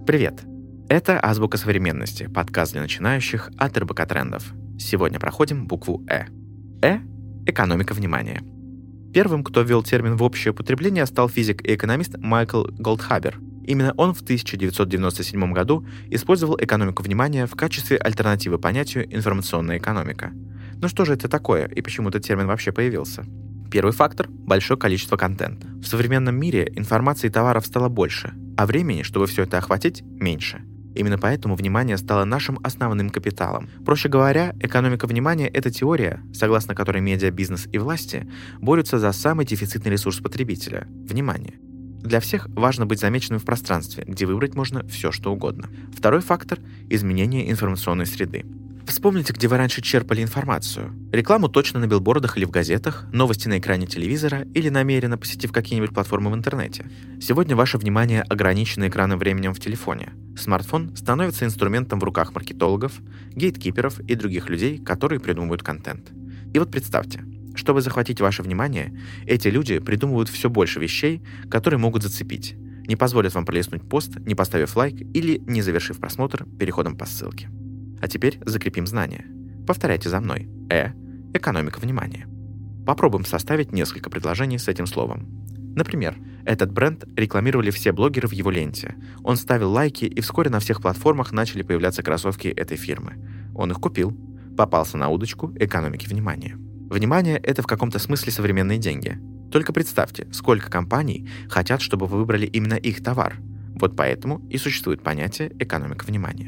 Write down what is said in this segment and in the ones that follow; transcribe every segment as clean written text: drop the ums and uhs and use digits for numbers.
Привет! Это «Азбука современности», подкаст для начинающих от РБК Трендов. Сегодня проходим букву «Э». «Э» — экономика внимания. Первым, кто ввел термин в общее употребление, стал физик и экономист Майкл Голдхабер. Именно он в 1997 году использовал экономику внимания в качестве альтернативы понятию «информационная экономика». Но что же это такое и почему этот термин вообще появился? Первый фактор — большое количество контента. В современном мире информации и товаров стало больше, а времени, чтобы все это охватить, меньше. Именно поэтому внимание стало нашим основным капиталом. Проще говоря, экономика внимания — это теория, согласно которой медиа, бизнес и власти борются за самый дефицитный ресурс потребителя — внимание. Для всех важно быть замеченным в пространстве, где выбрать можно все, что угодно. Второй фактор — изменение информационной среды. Вспомните, где вы раньше черпали информацию. Рекламу точно на билбордах или в газетах, новости на экране телевизора или намеренно посетив какие-нибудь платформы в интернете. Сегодня ваше внимание ограничено экранным временем в телефоне. Смартфон становится инструментом в руках маркетологов, гейткиперов и других людей, которые придумывают контент. И вот представьте, чтобы захватить ваше внимание, эти люди придумывают все больше вещей, которые могут зацепить, не позволят вам пролистнуть пост, не поставив лайк или не завершив просмотр переходом по ссылке. А теперь закрепим знания. Повторяйте за мной. Экономика внимания. Попробуем составить несколько предложений с этим словом. Например, этот бренд рекламировали все блогеры в его ленте. Он ставил лайки, и вскоре на всех платформах начали появляться кроссовки этой фирмы. Он их купил. Попался на удочку экономики внимания. Внимание — это в каком-то смысле современные деньги. Только представьте, сколько компаний хотят, чтобы вы выбрали именно их товар. Вот поэтому и существует понятие «экономика внимания».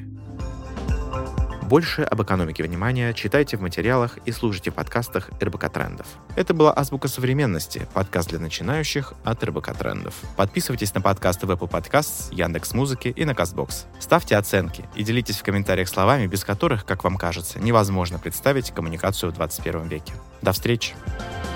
Больше об экономике внимания читайте в материалах и слушайте в подкастах РБК Трендов. Это была «Азбука современности», подкаст для начинающих от РБК Трендов. Подписывайтесь на подкасты в Apple Podcasts, Яндекс.Музыке и на Castbox. Ставьте оценки и делитесь в комментариях словами, без которых, как вам кажется, невозможно представить коммуникацию в 21 веке. До встречи!